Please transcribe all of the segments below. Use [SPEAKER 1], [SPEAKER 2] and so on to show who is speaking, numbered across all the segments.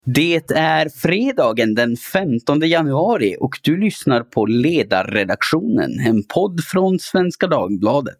[SPEAKER 1] Det är fredagen den 15 januari och du lyssnar på Ledarredaktionen, en podd från Svenska Dagbladet.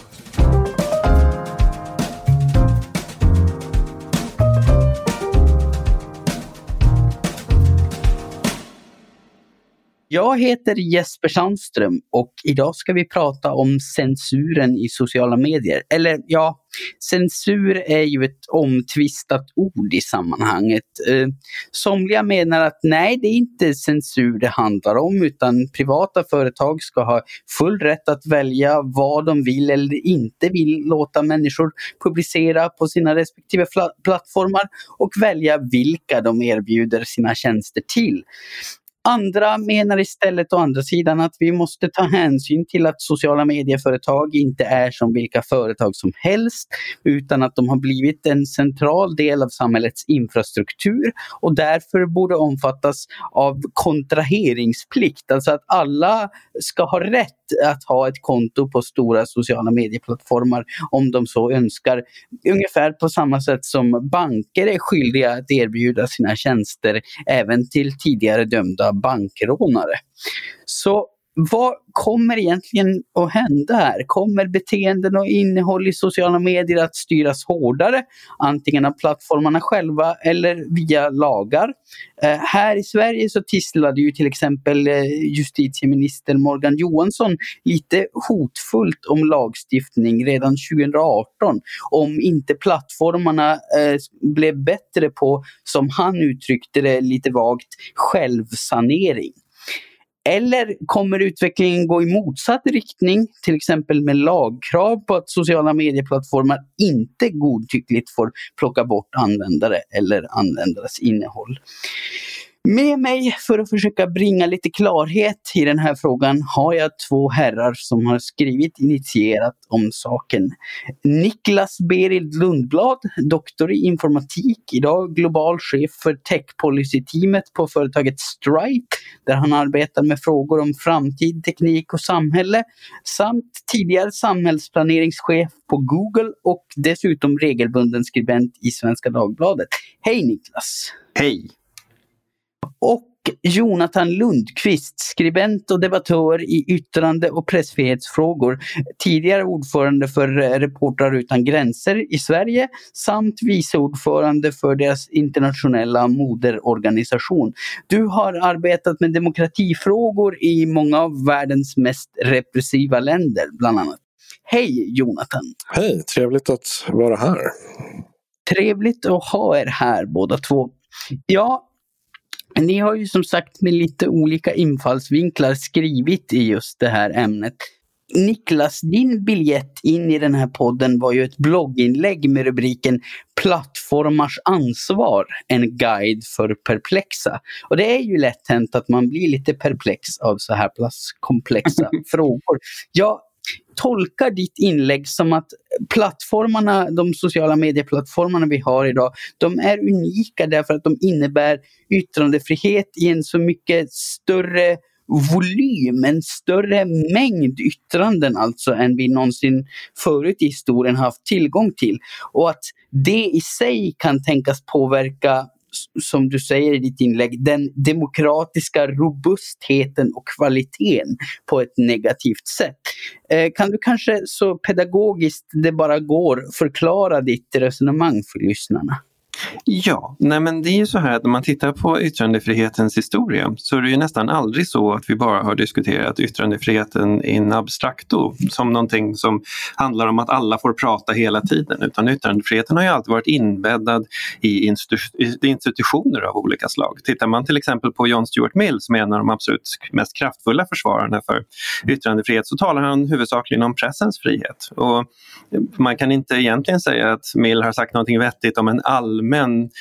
[SPEAKER 1] Jag heter Jesper Sandström och idag ska vi prata om censuren i sociala medier. Eller ja, censur är ju ett omtvistat ord i sammanhanget. Somliga menar att nej, det är inte censur det handlar om, utan privata företag ska ha full rätt att välja vad de vill eller inte vill låta människor publicera på sina respektive plattformar och välja vilka de erbjuder sina tjänster till. Andra menar istället å andra sidan att vi måste ta hänsyn till att sociala medieföretag inte är som vilka företag som helst, utan att de har blivit en central del av samhällets infrastruktur och därför borde omfattas av kontraheringsplikt. Alltså att alla ska ha rätt att ha ett konto på stora sociala medieplattformar om de så önskar. Ungefär på samma sätt som banker är skyldiga att erbjuda sina tjänster även till tidigare dömda bankrånare. Så vad kommer egentligen att hända här? Kommer beteenden och innehåll i sociala medier att styras hårdare, antingen av plattformarna själva eller via lagar? Här i Sverige så tisslade ju till exempel justitieminister Morgan Johansson lite hotfullt om lagstiftning redan 2018 om inte plattformarna blev bättre på, som han uttryckte det lite vagt, självsanering. Eller kommer utvecklingen gå i motsatt riktning, till exempel med lagkrav på att sociala medieplattformar inte godtyckligt får plocka bort användare eller användares innehåll? Med mig för att försöka bringa lite klarhet i den här frågan har jag två herrar som har initierat om saken. Niklas Berild Lundblad, doktor i informatik, idag global chef för tech policy-teamet på företaget Stripe, där han arbetar med frågor om framtid, teknik och samhälle, samt tidigare samhällsplaneringschef på Google och dessutom regelbunden skribent i Svenska Dagbladet. Hej Niklas!
[SPEAKER 2] Hej!
[SPEAKER 1] Och Jonathan Lundqvist, skribent och debattör i yttrande- och pressfrihetsfrågor, tidigare ordförande för Reportrar utan gränser i Sverige samt vice ordförande för deras internationella moderorganisation. Du har arbetat med demokratifrågor i många av världens mest repressiva länder, bland annat. Hej Jonathan!
[SPEAKER 3] Hej, trevligt att vara här.
[SPEAKER 1] Trevligt att ha er här båda två. Ja, ni har ju som sagt med lite olika infallsvinklar skrivit i just det här ämnet. Niklas, din biljett in i den här podden var ju ett blogginlägg med rubriken Plattformars ansvar, en guide för perplexa. Och det är ju lätt hänt att man blir lite perplex av så här komplexa frågor. Jag tolkar ditt inlägg som att plattformarna, de sociala medieplattformarna vi har idag, de är unika därför att de innebär yttrandefrihet i en så mycket större volym, en större mängd yttranden alltså än vi någonsin förut i historien haft tillgång till. Och att det i sig kan tänkas påverka, som du säger i ditt inlägg, den demokratiska robustheten och kvaliteten på ett negativt sätt. Kan du kanske så pedagogiskt det bara går förklara ditt resonemang för lyssnarna?
[SPEAKER 2] Ja, men det är ju så här att när man tittar på yttrandefrihetens historia så är det ju nästan aldrig så att vi bara har diskuterat yttrandefriheten in abstracto som någonting som handlar om att alla får prata hela tiden, utan yttrandefriheten har ju alltid varit inbäddad i institutioner av olika slag. Tittar man till exempel på John Stuart Mill som är en av de absolut mest kraftfulla försvararna för yttrandefrihet, så talar han huvudsakligen om pressens frihet, och man kan inte egentligen säga att Mill har sagt någonting vettigt om en allmän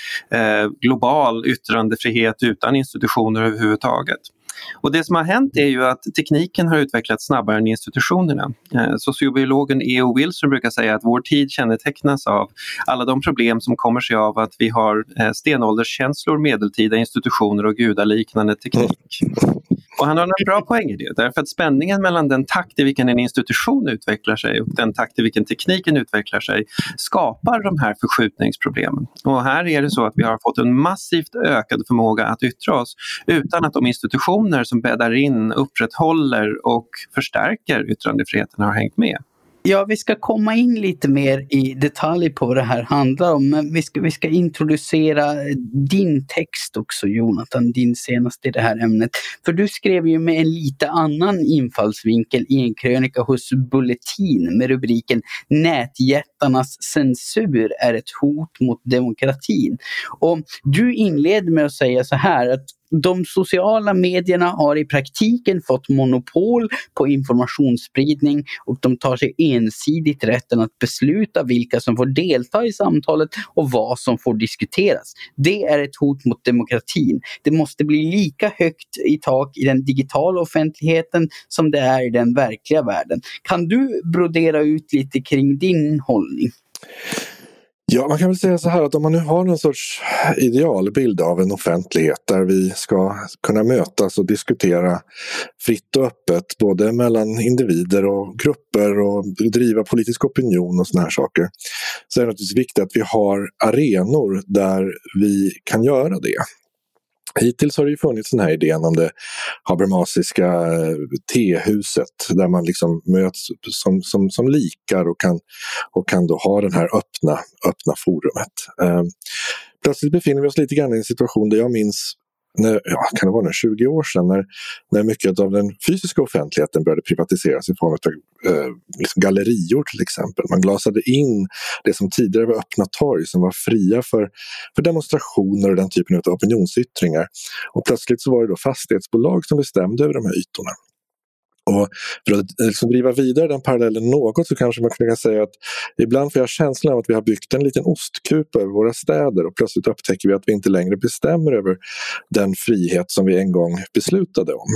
[SPEAKER 2] global yttrandefrihet utan institutioner överhuvudtaget. Och det som har hänt är ju att tekniken har utvecklats snabbare än institutionerna. Sociobiologen E.O. Wilson brukar säga att vår tid kännetecknas av alla de problem som kommer sig av att vi har stenålderskänslor, medeltida institutioner och gudaliknande teknik. Och han har en bra poäng i det, därför att spänningen mellan den takt i vilken en institution utvecklar sig och den takt i vilken tekniken utvecklar sig skapar de här förskjutningsproblemen. Och här är det så att vi har fått en massivt ökad förmåga att yttra oss utan att de institutioner som bäddar in, upprätthåller och förstärker yttrandefriheten har hängt med.
[SPEAKER 1] Ja, vi ska komma in lite mer i detalj på vad det här handlar om. Men vi ska introducera din text också, Jonathan, din senaste i det här ämnet. För du skrev ju med en lite annan infallsvinkel i en krönika hos Bulletin med rubriken "Nätjättarnas censur är ett hot mot demokratin". Och du inleder med att säga så här att de sociala medierna har i praktiken fått monopol på informationsspridning och de tar sig ensidigt rätten att besluta vilka som får delta i samtalet och vad som får diskuteras. Det är ett hot mot demokratin. Det måste bli lika högt i tak i den digitala offentligheten som det är i den verkliga världen. Kan du brodera ut lite kring din hållning?
[SPEAKER 3] Ja, man kan väl säga så här att om man nu har någon sorts idealbild av en offentlighet där vi ska kunna mötas och diskutera fritt och öppet både mellan individer och grupper och driva politisk opinion och såna här saker, så är det naturligtvis viktigt att vi har arenor där vi kan göra det. Hittills har det ju funnits den här idén om det habermasiska tehuset där man liksom möts som likar och kan då ha den här öppna forumet. Plötsligt befinner vi oss lite grann i en situation där jag minns kan det vara 20 år sedan när mycket av den fysiska offentligheten började privatiseras i form av liksom gallerior till exempel. Man glasade in det som tidigare var öppna torg som var fria för demonstrationer och den typen av opinionsyttringar. Och plötsligt så var det då fastighetsbolag som bestämde över de här ytorna. Och för att liksom driva vidare den parallellen något så kanske man kan säga att ibland får jag känslan av att vi har byggt en liten ostkup över våra städer och plötsligt upptäcker vi att vi inte längre bestämmer över den frihet som vi en gång beslutade om.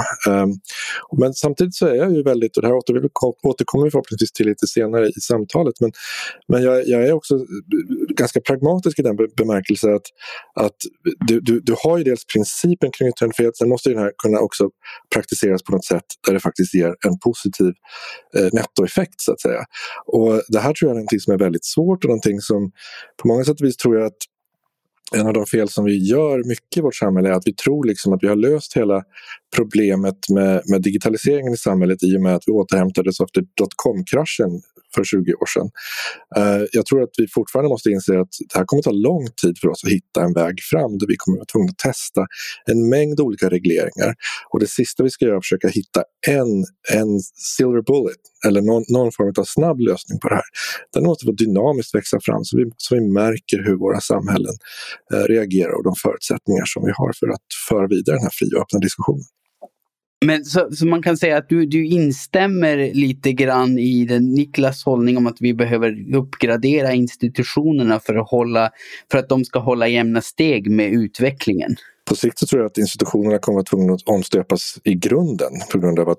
[SPEAKER 3] Men samtidigt så är jag ju väldigt, och det här återkommer vi förhoppningsvis till lite senare i samtalet, men jag är också ganska pragmatisk i den bemärkelsen att du har ju dels principen kring yttrandefrihet, sen måste den här kunna också praktiseras på något sätt där det faktiskt ger en positiv nettoeffekt så att säga. Och det här tror jag är någonting som är väldigt svårt och någonting som på många sätt och vis tror jag att en av de fel som vi gör mycket i vårt samhälle är att vi tror liksom att vi har löst hela problemet med digitaliseringen i samhället i och med att vi återhämtades efter dotcom-kraschen för 20 år sedan. Jag tror att vi fortfarande måste inse att det här kommer ta lång tid för oss att hitta en väg fram där vi kommer att vara tvungna att testa en mängd olika regleringar. Och det sista vi ska göra är att försöka hitta en silver bullet eller någon form av snabb lösning på det här. Den måste få dynamiskt växa fram så vi märker hur våra samhällen reagerar och de förutsättningar som vi har för att föra vidare den här fria och öppna diskussionen.
[SPEAKER 1] Men så man kan säga att du instämmer lite grann i den Niklas hållning om att vi behöver uppgradera institutionerna för att de ska hålla jämna steg med utvecklingen.
[SPEAKER 3] På sikt så tror jag att institutionerna kommer att tvungna att omstöpas i grunden på grund av att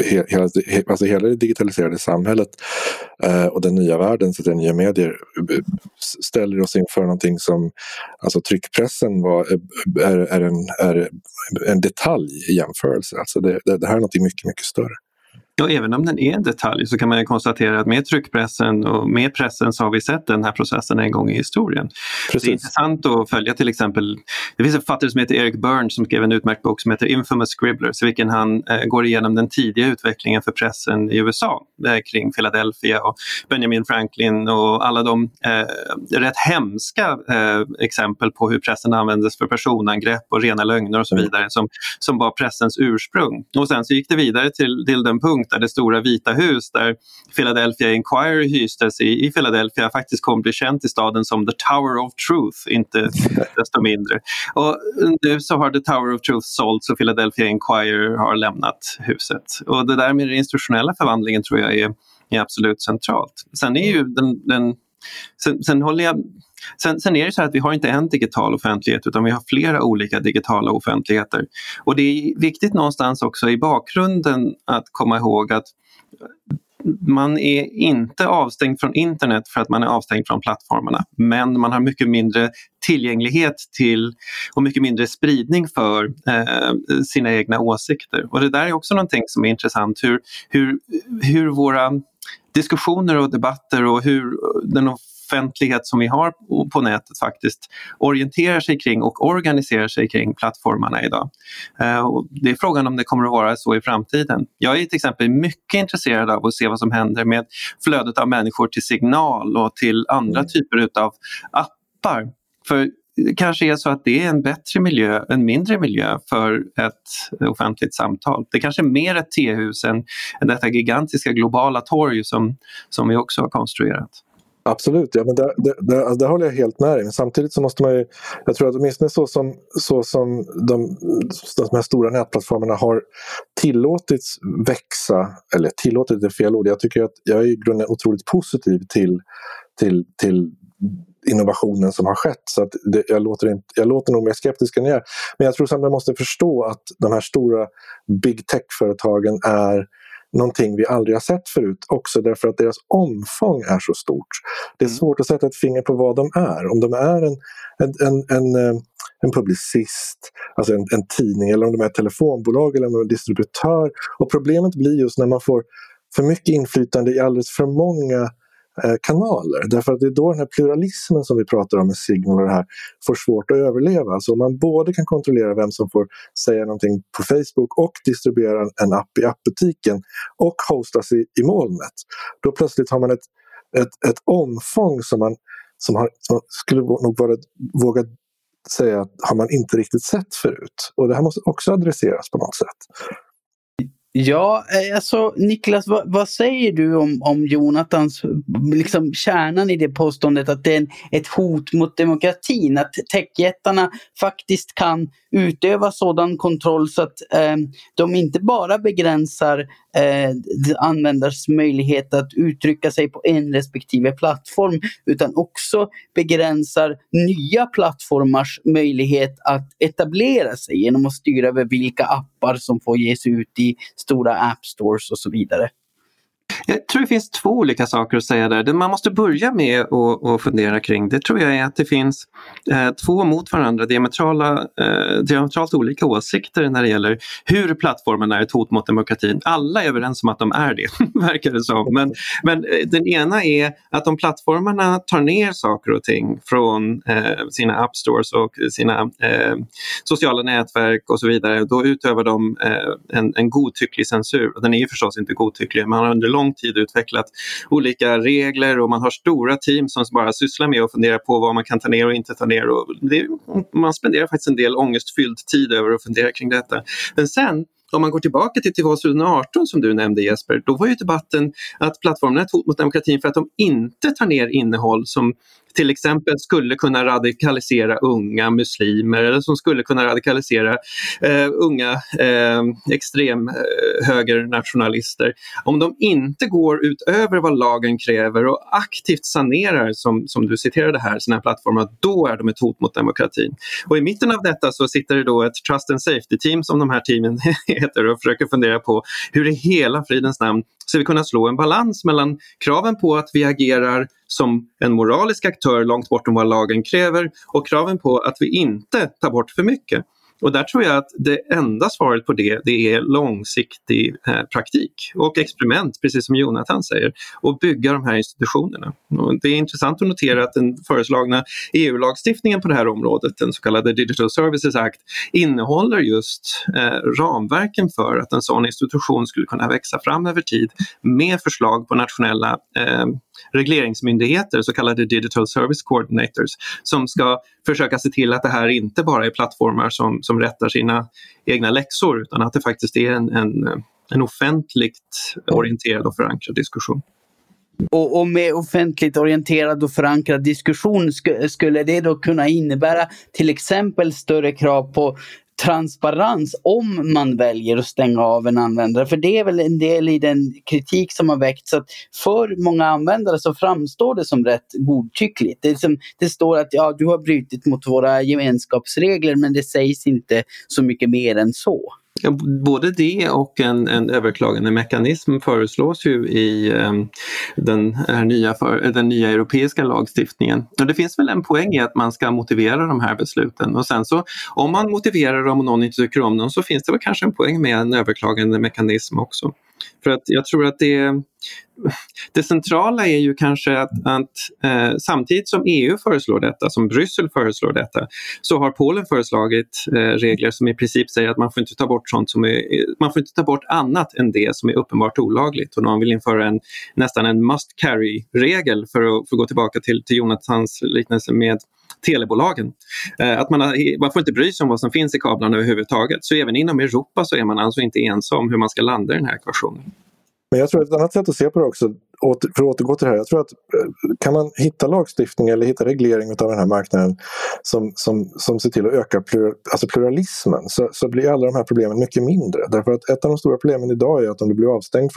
[SPEAKER 3] hela det digitaliserade samhället och den nya världen, så den nya medier ställer oss inför någonting som alltså tryckpressen är en detalj i jämförelse. Alltså det här är någonting mycket, mycket större.
[SPEAKER 2] Och även om den är en detalj så kan man ju konstatera att med tryckpressen och med pressen så har vi sett den här processen en gång i historien. Precis. Det är intressant att följa till exempel, det finns en författare som heter Eric Berne som skrev en utmärkt bok som heter Infamous Scribblers, i vilken han går igenom den tidiga utvecklingen för pressen i USA kring Philadelphia och Benjamin Franklin och alla de rätt hemska exempel på hur pressen användes för personangrepp och rena lögner och så vidare som var pressens ursprung. Och sen så gick det vidare till den punkt där det stora vita hus där Philadelphia Inquirer hystes i Philadelphia faktiskt kom bli känt i staden som The Tower of Truth, inte desto mindre. Och nu så har The Tower of Truth sålts och Philadelphia Inquirer har lämnat huset. Och det där med den institutionella förvandlingen tror jag är absolut centralt. Sen är ju Sen är det så här att vi har inte en digital offentlighet utan vi har flera olika digitala offentligheter. Och det är viktigt någonstans också i bakgrunden att komma ihåg att man är inte avstängd från internet för att man är avstängd från plattformarna, men man har mycket mindre tillgänglighet till och mycket mindre spridning för sina egna åsikter. Och det där är också någonting som är intressant, hur våra diskussioner och debatter och hur den offentlighet som vi har på nätet faktiskt orienterar sig kring och organiserar sig kring plattformarna idag. Och det är frågan om det kommer att vara så i framtiden. Jag är till exempel mycket intresserad av att se vad som händer med flödet av människor till Signal och till andra typer av appar. För det kanske är så att det är en bättre miljö, en mindre miljö för ett offentligt samtal. Det kanske är mer ett tehus än detta gigantiska globala torg som vi också har konstruerat.
[SPEAKER 3] Absolut, ja, men där håller jag helt med dig. Men samtidigt så måste man ju, jag tror att åtminstone så som de här stora nätplattformarna har tillåtits växa, eller tillåtit är fel ord. Jag tycker att jag är i grunden otroligt positiv till innovationen som har skett, så att jag låter nog mer skeptisk än jag är. Men jag tror att man måste förstå att de här stora big tech-företagen är någonting vi aldrig har sett förut, också därför att deras omfång är så stort. Det är svårt att sätta ett finger på vad de är. Om de är en publicist, alltså en tidning, eller om de är ett telefonbolag eller en distributör. Och problemet blir just när man får för mycket inflytande i alldeles för många kanaler. Därför att det är då den här pluralismen som vi pratar om med Signal och det här får svårt att överleva. Alltså om man både kan kontrollera vem som får säga någonting på Facebook och distribuera en app i appbutiken och hostas i molnet, då plötsligt har man ett omfång som skulle nog våga säga att har man inte riktigt sett förut. Och det här måste också adresseras på något sätt.
[SPEAKER 1] Ja, alltså Niklas, vad säger du om Jonathans liksom kärnan i det påståendet att det är ett hot mot demokratin, att techjättarna faktiskt kan utöva sådan kontroll så att de inte bara begränsar användars möjlighet att uttrycka sig på en respektive plattform, utan också begränsar nya plattformars möjlighet att etablera sig genom att styra över vilka appar som får ges ut i stora app stores och så vidare.
[SPEAKER 2] Jag tror det finns två olika saker att säga där. Det man måste börja med att fundera kring, det tror jag är att det finns två mot varandra diametralt olika åsikter när det gäller hur plattformarna är ett hot mot demokratin. Alla är överens om att de är det, verkar det som. Men den ena är att om plattformarna tar ner saker och ting från sina app stores och sina sociala nätverk och så vidare, då utövar de en godtycklig censur. Den är ju förstås inte godtycklig, man har under lång tid utvecklat olika regler och man har stora team som bara sysslar med att fundera på vad man kan ta ner och inte ta ner. Och man spenderar faktiskt en del ångestfylld tid över att fundera kring detta. Men sen, om man går tillbaka till 2018 som du nämnde Jesper, då var ju debatten att plattformarna är ett hot mot demokratin för att de inte tar ner innehåll som till exempel skulle kunna radikalisera unga muslimer eller som skulle kunna radikalisera unga extremhögernationalister. Om de inte går utöver vad lagen kräver och aktivt sanerar, som du citerade här, sina plattformar, då är de ett hot mot demokratin. Och i mitten av detta så sitter det då ett Trust and Safety Team, som de här teamen heter, och försöker fundera på hur i hela fridens namn ska vi kunna slå en balans mellan kraven på att vi agerar som en moralisk aktör långt bortom vad lagen kräver och kraven på att vi inte tar bort för mycket. Och där tror jag att det enda svaret på det är långsiktig praktik och experiment, precis som Jonathan säger, och bygga de här institutionerna. Och det är intressant att notera att den föreslagna EU-lagstiftningen på det här området, den så kallade Digital Services Act, innehåller just ramverken för att en sån institution skulle kunna växa fram över tid med förslag på nationella regleringsmyndigheter, så kallade Digital Service Coordinators, som ska försöka se till att det här inte bara är plattformar som rättar sina egna läxor, utan att det faktiskt är en offentligt orienterad och förankrad diskussion.
[SPEAKER 1] Och med offentligt orienterad och förankrad diskussion skulle det då kunna innebära till exempel större krav på transparens om man väljer att stänga av en användare. För det är väl en del i den kritik som har väckts, att för många användare så framstår det som rätt godtyckligt. Det står att du har brutit mot våra gemenskapsregler, men det sägs inte så mycket mer än så.
[SPEAKER 2] Ja, både det och en överklagande mekanism föreslås ju i den nya europeiska lagstiftningen. Och det finns väl en poäng i att man ska motivera de här besluten. Och sen så, om man motiverar dem och någon inte tycker om dem, så finns det väl kanske en poäng med en överklagande mekanism också. För att jag tror att det centrala är ju kanske att samtidigt som EU föreslår detta, som Bryssel föreslår detta, så har Polen föreslagit regler som i princip säger att man får inte ta bort man får inte ta bort annat än det som är uppenbart olagligt. Och man vill införa nästan en must carry-regel för att gå tillbaka till Jonathans liknelse med telebolagen. Att man får inte bry sig om vad som finns i kablarna överhuvudtaget. Så även inom Europa så är man alltså inte ensam om hur man ska landa i den här ekvationen.
[SPEAKER 3] Men jag tror att ett annat sätt att se på det också, för att återgå till det här, jag tror att kan man hitta lagstiftning eller hitta reglering av den här marknaden som ser till att öka pluralismen, så blir alla de här problemen mycket mindre. Därför att ett av de stora problemen idag är att om du blir avstängd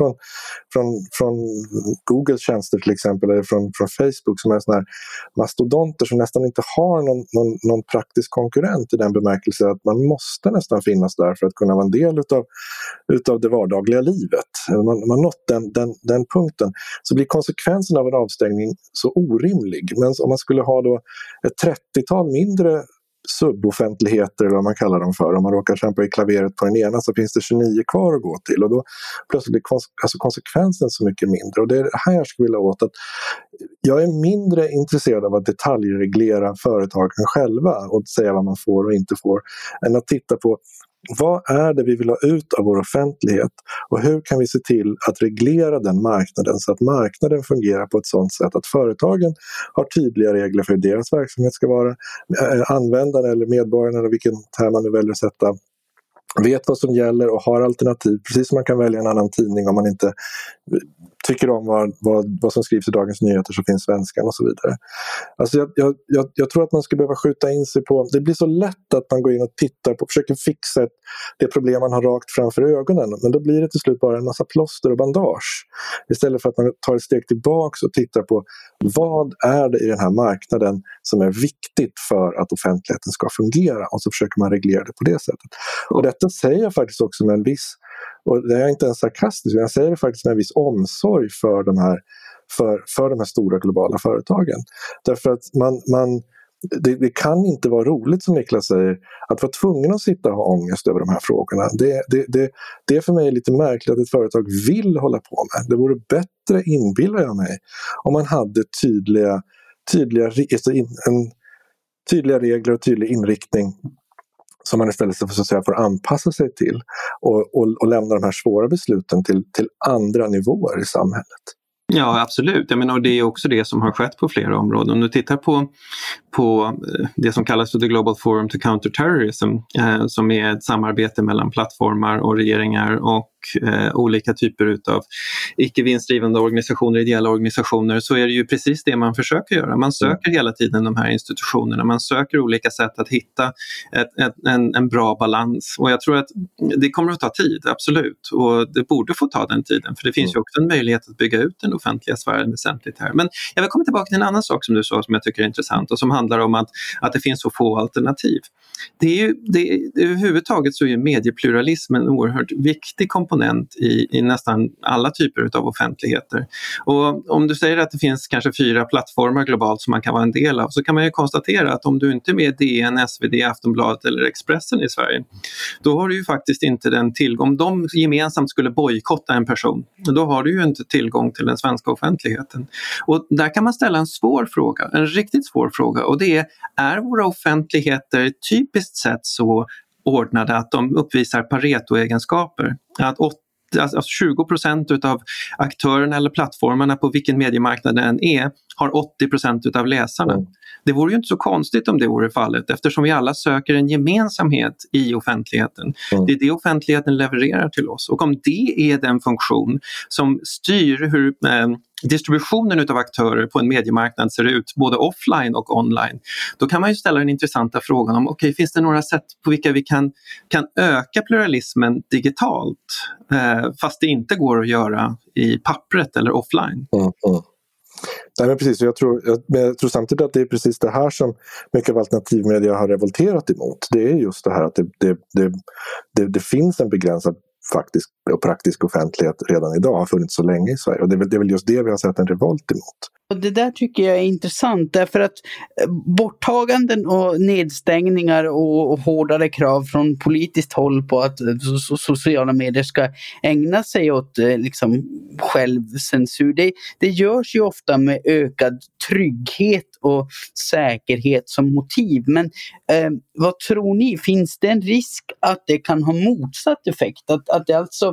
[SPEAKER 3] från Googles tjänster till exempel, eller från Facebook, som är sådana här mastodonter som nästan inte har någon praktisk konkurrent i den bemärkelse att man måste nästan finnas där för att kunna vara en del utav det vardagliga livet. Man nått den punkten, så blir konsekvensen av en avstängning så orimlig. Men om man skulle ha då ett 30-tal mindre suboffentligheter, eller vad man kallar dem för, om man råkar kämpa i klaveret på den ena, så finns det 29 kvar att gå till, och då plötsligt blir konsekvensen så mycket mindre. Och det är här jag skulle vilja åt, att jag är mindre intresserad av att detaljreglera företagen själva och säga vad man får och inte får, än att titta på vad är det vi vill ha ut av vår offentlighet, och hur kan vi se till att reglera den marknaden så att marknaden fungerar på ett sådant sätt att företagen har tydliga regler för hur deras verksamhet ska vara, användare eller medborgarna, eller vilken term man nu väljer att sätta, vet vad som gäller och har alternativ, precis som man kan välja en annan tidning om man inte tycker om vad som skrivs i Dagens Nyheter, så finns Svenskan och så vidare. Alltså jag tror att man ska behöva skjuta in sig på, det blir så lätt att man går in och tittar på, försöker fixa det problem man har rakt framför ögonen, men då blir det till slut bara en massa plåster och bandage, istället för att man tar ett steg tillbaka och tittar på vad är det i den här marknaden som är viktigt för att offentligheten ska fungera, och så försöker man reglera det på det sättet. Och detta säger jag faktiskt också med en viss, och det är inte ens sarkastiskt, jag säger det faktiskt med en viss omsorg för de här stora globala företagen. Därför att det kan inte vara roligt, som Niklas säger, att vara tvungen att sitta och ha ångest över de här frågorna. Det är för mig lite märkligt att ett företag vill hålla på med. Det vore bättre, inbillar jag mig, om man hade tydliga regler och tydlig inriktning som man istället får anpassa sig till och lämna de här svåra besluten till andra nivåer i samhället.
[SPEAKER 2] Ja, absolut. Jag menar, och det är också det som har skett på flera områden. Om du tittar på det som kallas för The Global Forum to Counter Terrorism, som är ett samarbete mellan plattformar och regeringar och olika typer utav icke-vinstdrivande organisationer, ideella organisationer, så är det ju precis det man försöker göra. Man söker hela tiden de här institutionerna, man söker olika sätt att hitta en bra balans. Och jag tror att det kommer att ta tid, absolut. Och det borde få ta den tiden, för det finns ju också en möjlighet att bygga ut den offentliga sfären väsentligt här. Men jag vill komma tillbaka till en annan sak som du sa, som jag tycker är intressant, och som handlar om att det finns så få alternativ. Överhuvudtaget så är mediepluralism en oerhört viktig komponent i nästan alla typer av offentligheter. Och om du säger att det finns kanske 4 plattformar globalt som man kan vara en del av, så kan man ju konstatera att om du inte är med DN, SvD, Aftonbladet eller Expressen i Sverige, då har du ju faktiskt inte den tillgång. Om de gemensamt skulle bojkotta en person, då har du ju inte tillgång till den svenska offentligheten. Och där kan man ställa en svår fråga, en riktigt svår fråga, och det är våra offentligheter typiskt sett så ordnade att de uppvisar Pareto-egenskaper? Att 20% av aktörerna eller plattformarna på vilken mediemarknad den är har 80% av läsarna. Det vore ju inte så konstigt om det vore fallet, eftersom vi alla söker en gemensamhet i offentligheten. Det är det offentligheten levererar till oss. Och om det är den funktion som styr hur distributionen utav aktörer på en mediemarknad ser ut, både offline och online, då kan man ju ställa den intressanta frågan om finns det några sätt på vilka vi kan öka pluralismen digitalt, fast det inte går att göra i pappret eller offline?
[SPEAKER 3] Nej, men precis. Jag tror samtidigt att det är precis det här som mycket av alternativmedia har revolterat emot. Det är just det här att det finns en begränsad faktisk och praktisk offentlighet redan idag, har funnits så länge i Sverige. Och det är väl just det vi har sett en revolt emot.
[SPEAKER 1] Och det där tycker jag är intressant, därför att borttaganden och nedstängningar och hårdare krav från politiskt håll på att sociala medier ska ägna sig åt liksom självcensur, det görs ju ofta med ökad trygghet och säkerhet som motiv. Men vad tror ni? Finns det en risk att det kan ha motsatt effekt? Att det alltså,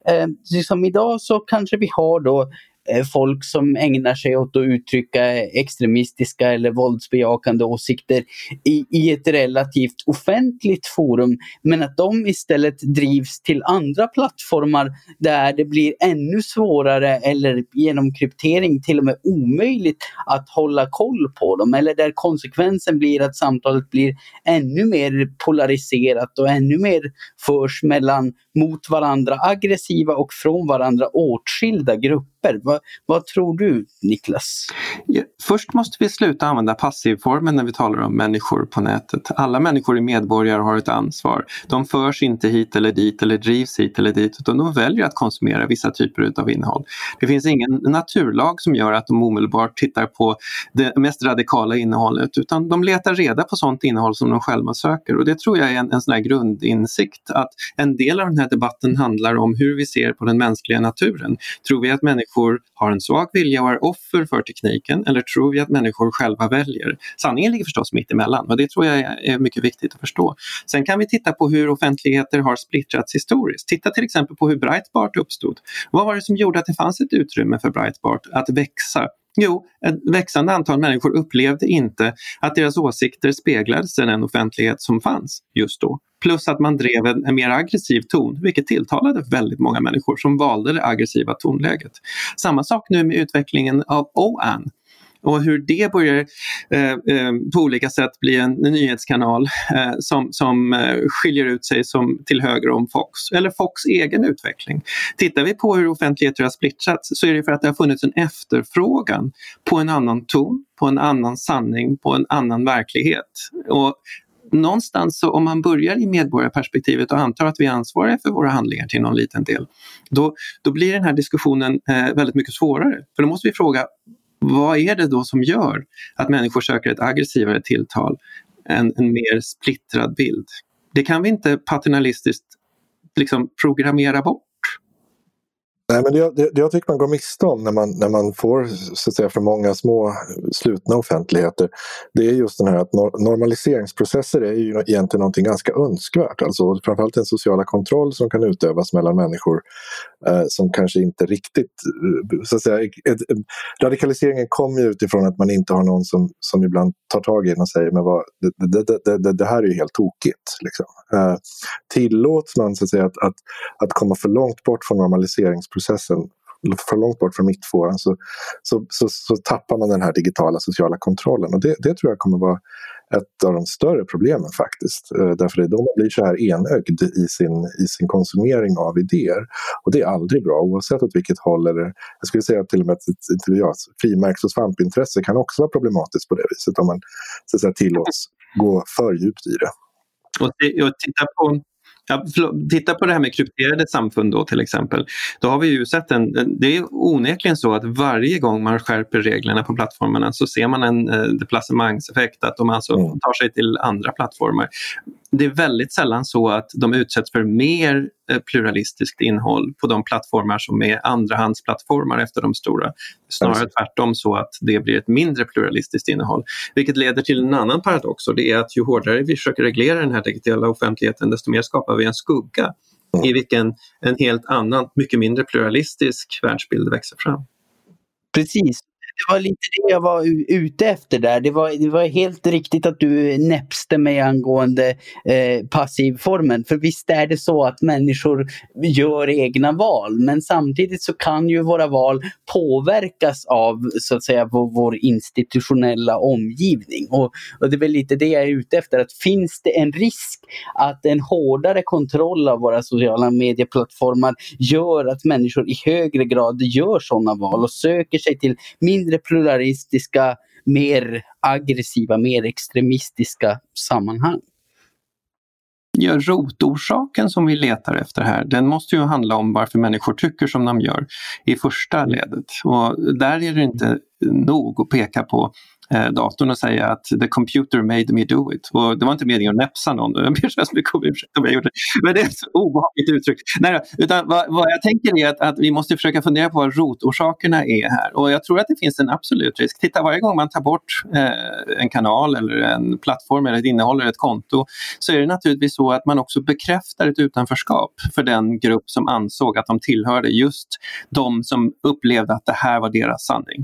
[SPEAKER 1] som idag så kanske vi har då folk som ägnar sig åt att uttrycka extremistiska eller våldsbejakande åsikter i ett relativt offentligt forum, men att de istället drivs till andra plattformar där det blir ännu svårare eller genom kryptering till och med omöjligt att hålla koll på dem, eller där konsekvensen blir att samtalet blir ännu mer polariserat och ännu mer förs mot varandra aggressiva och från varandra åtskilda grupper. Vad tror du, Niklas?
[SPEAKER 2] Ja, först måste vi sluta använda passivformen när vi talar om människor på nätet. Alla människor är medborgare och har ett ansvar. De förs inte hit eller dit eller drivs hit eller dit, utan de väljer att konsumera vissa typer av innehåll. Det finns ingen naturlag som gör att de omedelbart tittar på det mest radikala innehållet, utan de letar reda på sånt innehåll som de själva söker. Och det tror jag är en sån här grundinsikt, att en del av den här debatten handlar om hur vi ser på den mänskliga naturen. Tror vi att människor har en svag vilja och är offer för tekniken, eller tror vi att människor själva väljer? Sanningen ligger förstås mitt emellan, och det tror jag är mycket viktigt att förstå. Sen kan vi titta på hur offentligheter har splittrats historiskt. Titta till exempel på hur Breitbart uppstod. Vad var det som gjorde att det fanns ett utrymme för Breitbart att växa? Jo, ett växande antal människor upplevde inte att deras åsikter speglades i den offentlighet som fanns just då. Plus att man drev en mer aggressiv ton, vilket tilltalade väldigt många människor som valde det aggressiva tonläget. Samma sak nu med utvecklingen av OAN. Och hur det börjar på olika sätt bli en nyhetskanal som skiljer ut sig som till höger om Fox. Eller Fox egen utveckling. Tittar vi på hur offentligheter har splittrats, så är det för att det har funnits en efterfrågan på en annan ton, på en annan sanning, på en annan verklighet. Och någonstans så, om man börjar i medborgarperspektivet och antar att vi är ansvariga för våra handlingar till någon liten del, då blir den här diskussionen väldigt mycket svårare. För då måste vi fråga, vad är det då som gör att människor söker ett aggressivare tilltal, en mer splittrad bild? Det kan vi inte paternalistiskt liksom programmera bort.
[SPEAKER 3] Nej, men det jag tycker man går miste om när man får, så att säga, för många små slutna offentligheter, det är just den här att normaliseringsprocesser är ju egentligen någonting ganska önskvärt. Alltså framförallt den sociala kontroll som kan utövas mellan människor som kanske inte riktigt, så att säga, radikaliseringen kommer ju utifrån att man inte har någon som ibland tar tag i den och säger, men det här är ju helt tokigt. Liksom. Tillåts man, så att säga, att komma för långt bort från normaliseringsprocessen, för långt bort från mittfåran, så tappar man den här digitala sociala kontrollen. Och det tror jag kommer vara ett av de större problemen faktiskt. Därför det är då man blir så här enögd i sin konsumering av idéer. Och det är aldrig bra, oavsett åt vilket håll. Eller, jag skulle säga till och med att frimärks- och svampintresse kan också vara problematiskt på det viset, om man, så att säga, tillåts gå för djupt i det.
[SPEAKER 2] Och titta på det här med krypterade samfund då, till exempel. Då har vi ju sett det är onekligen så att varje gång man skärper reglerna på plattformarna så ser man en deplacemangseffekt, att de alltså tar sig till andra plattformar. Det är väldigt sällan så att de utsätts för mer pluralistiskt innehåll på de plattformar som är andrahandsplattformar efter de stora. Snarare tvärtom så att det blir ett mindre pluralistiskt innehåll. Vilket leder till en annan paradox, och det är att ju hårdare vi försöker reglera den här digitala offentligheten, desto mer skapar vi en skugga i vilken en helt annan, mycket mindre pluralistisk världsbild växer fram.
[SPEAKER 1] Precis. Det var lite det jag var ute efter där. Det var helt riktigt att du näpste mig angående passivformen. För visst är det så att människor gör egna val. Men samtidigt så kan ju våra val påverkas av, så att säga, vår institutionella omgivning. Och det är väl lite det jag är ute efter. Att finns det en risk att en hårdare kontroll av våra sociala medieplattformar gör att människor i högre grad gör sådana val och söker sig till mindre mindre pluralistiska, mer aggressiva, mer extremistiska sammanhang.
[SPEAKER 2] Ja, rotorsaken som vi letar efter här, den måste ju handla om varför människor tycker som de gör i första ledet. Och där är det inte nog att peka på datorn och säga att the computer made me do it. Och det var inte meningen att näpsa någon. Jag ber så mycket om ursäkt om jag gjorde det. Men det är ett obehagligt uttryck. Nej, utan vad jag tänker är att vi måste försöka fundera på vad rotorsakerna är här. Och jag tror att det finns en absolut risk. Titta, varje gång man tar bort en kanal eller en plattform eller ett innehåll eller ett konto, så är det naturligtvis så att man också bekräftar ett utanförskap för den grupp som ansåg att de tillhörde just de som upplevde att det här var deras sanning.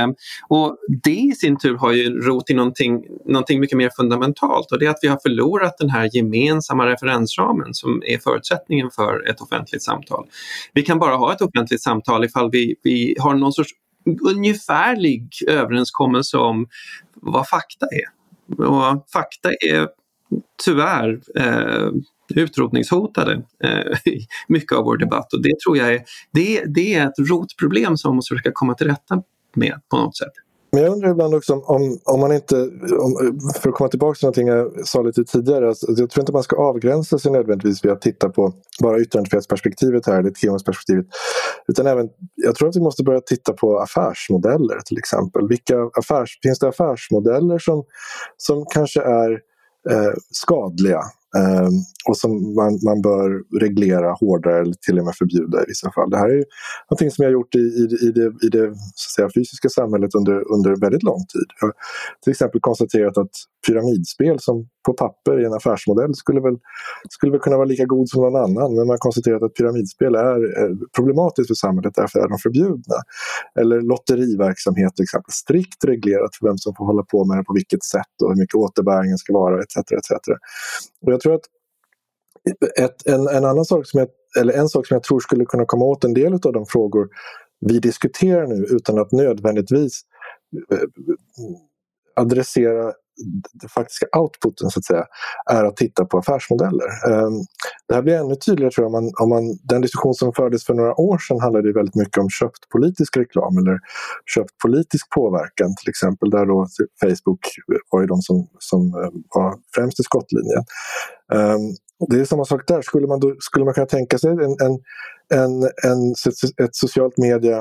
[SPEAKER 2] Och det i sin tur har ju rot i någonting mycket mer fundamentalt, och det är att vi har förlorat den här gemensamma referensramen som är förutsättningen för ett offentligt samtal. Vi kan bara ha ett offentligt samtal ifall vi har någon sorts ungefärlig överenskommelse om vad fakta är. Och fakta är tyvärr utrotningshotade i mycket av vår debatt, och det tror jag det är ett rotproblem som man måste försöka komma till rätta med på något sätt.
[SPEAKER 3] Men jag undrar ibland också om man inte, för att komma tillbaka till någonting jag sa lite tidigare, alltså jag tror inte man ska avgränsa sig nödvändigtvis vid att titta på bara yttrandefrihetsperspektivet här, eller temaperspektivet, utan även, jag tror att vi måste börja titta på affärsmodeller till exempel. Finns det affärsmodeller som kanske är skadliga och som man bör reglera hårdare eller till och med förbjuda i vissa fall. Det här är ju någonting som jag har gjort i det så att säga, fysiska samhället under väldigt lång tid. Jag har till exempel konstaterat att pyramidspel som på papper i en affärsmodell skulle väl kunna vara lika god som någon annan, men man har konstaterat att pyramidspel är problematiskt för samhället, därför är de förbjudna. Eller lotteriverksamhet till exempel, strikt reglerat för vem som får hålla på med det, på vilket sätt och hur mycket återbäringen ska vara, etc. Och jag tror att en sak som jag tror skulle kunna komma åt en del av de frågor vi diskuterar nu, utan att nödvändigtvis adressera den faktiska outputen så att säga, är att titta på affärsmodeller. Det här blir ännu tydligare tror jag om man den diskussion som fördes för några år sedan handlade väldigt mycket om köpt politisk reklam eller köpt politisk påverkan till exempel, där då Facebook var ju de som var främst i skottlinjen. Det är samma sak där. Skulle man kunna tänka sig ett socialt media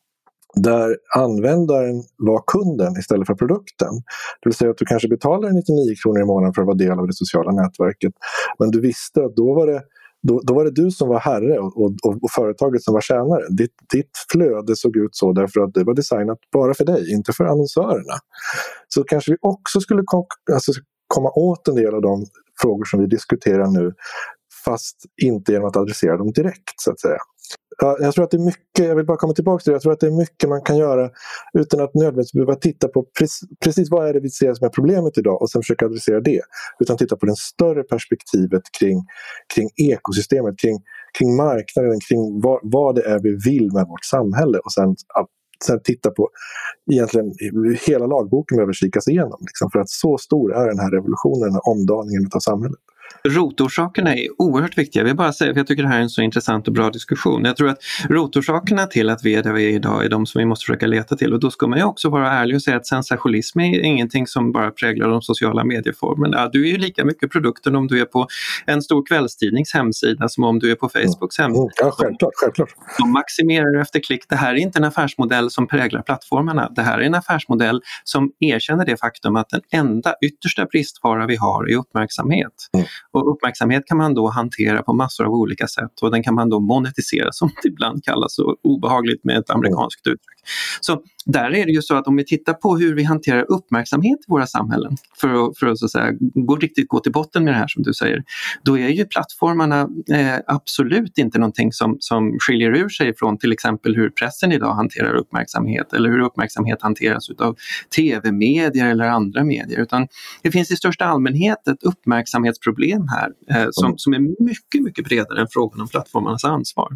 [SPEAKER 3] där användaren var kunden istället för produkten. Det vill säga att du kanske betalar 99 kronor i månaden för att vara del av det sociala nätverket. Men du visste att då var det du som var herre och företaget som var tjänare. Ditt flöde såg ut så därför att det var designat bara för dig, inte för annonsörerna. Så kanske vi också skulle komma åt en del av de frågor som vi diskuterar nu, fast inte genom att adressera dem direkt så att säga. Jag tror att det är mycket, jag vill bara komma tillbaka till det, jag tror att det är mycket man kan göra utan att nödvändigtvis behöva titta på precis vad är det vi ser som är problemet idag och sen försöka adressera det, utan titta på det större perspektivet kring ekosystemet, kring marknaden, kring vad det är vi vill med vårt samhälle, och sen titta på egentligen hela lagboken behöver kikas igenom liksom, för att så stor är den här revolutionen, den här omdaningen av samhället.
[SPEAKER 2] Rotorsakerna är oerhört viktiga. Jag vill bara säga, för jag tycker det här är en så intressant och bra diskussion. Jag tror att rotorsakerna till att vi är där vi är idag är de som vi måste försöka leta till. Och då ska man ju också vara ärlig och säga att sensationalism är ingenting som bara präglar de sociala medieformerna. Ja, du är ju lika mycket produkten om du är på en stor kvällstidnings hemsida som om du är på Facebooks hemsida.
[SPEAKER 3] Ja, självklart.
[SPEAKER 2] De maximerar efter klick. Det här är inte en affärsmodell som präglar plattformarna. Det här är en affärsmodell som erkänner det faktum att den enda yttersta bristvara vi har är uppmärksamhet. Och uppmärksamhet kan man då hantera på massor av olika sätt, och den kan man då monetisera, som det ibland kallas så obehagligt med ett amerikanskt uttryck. Så där är det ju så att om vi tittar på hur vi hanterar uppmärksamhet i våra samhällen för att så att säga gå till botten med det här som du säger, då är ju plattformarna absolut inte någonting som skiljer ur sig från till exempel hur pressen idag hanterar uppmärksamhet eller hur uppmärksamhet hanteras utav tv-medier eller andra medier, utan det finns i största allmänhet ett uppmärksamhetsproblem här som är mycket, mycket bredare än frågan om plattformarnas ansvar.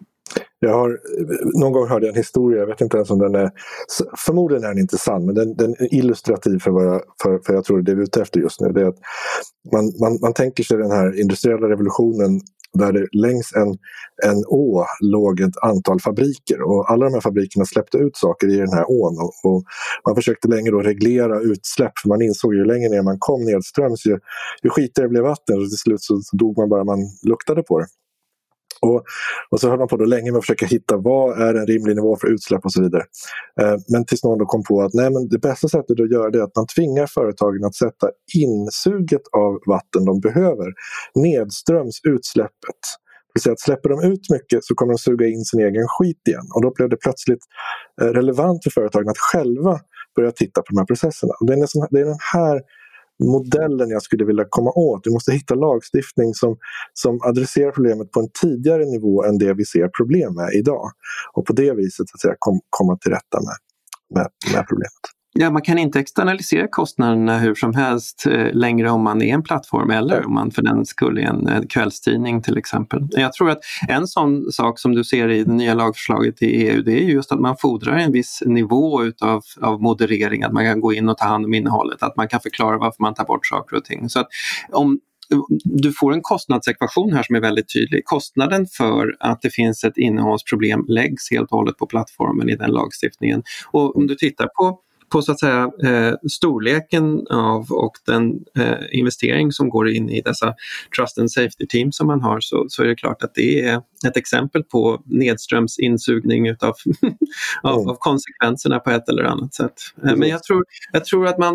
[SPEAKER 3] Någon gång hörde jag en historia, jag vet inte ens om den är, förmodligen är den inte sann, men den är illustrativ för jag tror det är ute efter just nu. Det är att man tänker sig den här industriella revolutionen där det längs en å låg ett antal fabriker, och alla de här fabrikerna släppte ut saker i den här ån, och man försökte länge då reglera utsläpp, för man insåg ju längre ner man kom nedströms ju skitigare blev vatten, och till slut så dog man bara man luktade på det. Och så höll man på då länge med att försöka hitta vad är en rimlig nivå för utsläpp och så vidare. Men tills någon då kom på att men det bästa sättet att göra det är att man tvingar företagen att sätta insuget av vatten de behöver nedströms utsläppet. Det vill säga att släpper de ut mycket så kommer de suga in sin egen skit igen. Och då blev det plötsligt relevant för företagen att själva börja titta på de här processerna. Och det är den här modellen jag skulle vilja komma åt. Vi måste hitta lagstiftning som adresserar problemet på en tidigare nivå än det vi ser problem med idag. Och på det viset att säga, komma till rätta med problemet.
[SPEAKER 2] Ja, man kan inte externalisera kostnaderna hur som helst längre om man är en plattform eller om man för den skull är en kvällstidning till exempel. Jag tror att en sån sak som du ser i det nya lagförslaget i EU, det är just att man fordrar en viss nivå av moderering, att man kan gå in och ta hand om innehållet, att man kan förklara varför man tar bort saker och ting. Så att om du får en kostnadsekvation här som är väldigt tydlig. Kostnaden för att det finns ett innehållsproblem läggs helt och hållet på plattformen i den lagstiftningen. Och om du tittar på så att säga storleken av och den investering som går in i dessa trust and safety team som man har, så är det klart att det är ett exempel på nedströms insugning utav av konsekvenserna på ett eller annat sätt. Men jag tror att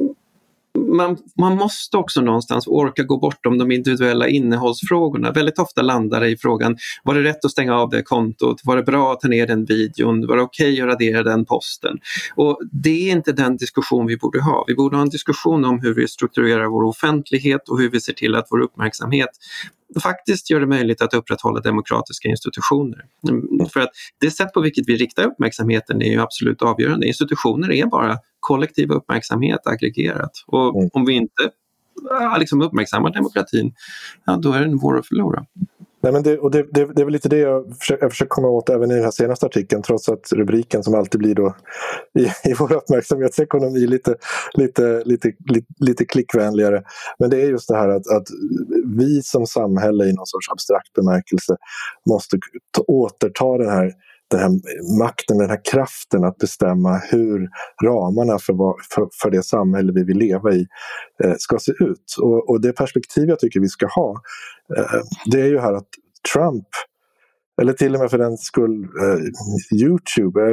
[SPEAKER 2] man måste också någonstans orka gå bortom de individuella innehållsfrågorna. Väldigt ofta landar det i frågan, var det rätt att stänga av det kontot? Var det bra att ta ner den videon? Var det okej att radera den posten? Och det är inte den diskussion vi borde ha. Vi borde ha en diskussion om hur vi strukturerar vår offentlighet och hur vi ser till att vår uppmärksamhet faktiskt gör det möjligt att upprätthålla demokratiska institutioner. För att det sätt på vilket vi riktar uppmärksamheten är ju absolut avgörande. Institutioner är bara kollektiv uppmärksamhet aggregerat. Och om vi inte liksom uppmärksammar demokratin, då är den vår att förlora.
[SPEAKER 3] Nej, men det är väl lite det jag försöker komma åt även i den här senaste artikeln, trots att rubriken som alltid blir då i vår uppmärksamhetsekonomi lite klickvänligare. Men det är just det här att vi som samhälle i någon sorts abstrakt bemärkelse måste återta den här makten, den här kraften att bestämma hur ramarna för det samhälle vi vill leva i ska se ut. Och det perspektiv jag tycker vi ska ha, det är ju här att Trump, eller till och med för den skull YouTube,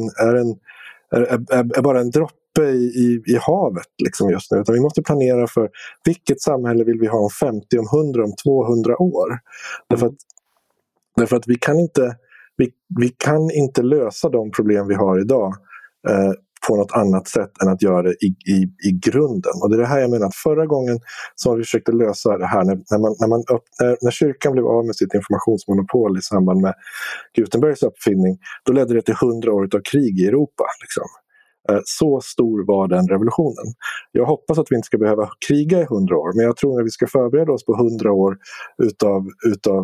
[SPEAKER 3] är bara en droppe i havet liksom just nu. Utan vi måste planera för vilket samhälle vill vi ha om 50, om 100, om 200 år. Därför att vi kan inte lösa de problem vi har idag på något annat sätt än att göra det i grunden. Och det är det här jag menar, att förra gången som vi försökte lösa det här när kyrkan blev av med sitt informationsmonopol i samband med Gutenbergs uppfinning, då ledde det till 100 år av krig i Europa liksom. Så stor var den revolutionen. Jag hoppas att vi inte ska behöva kriga i 100 år, men jag tror att vi ska förbereda oss på 100 år utav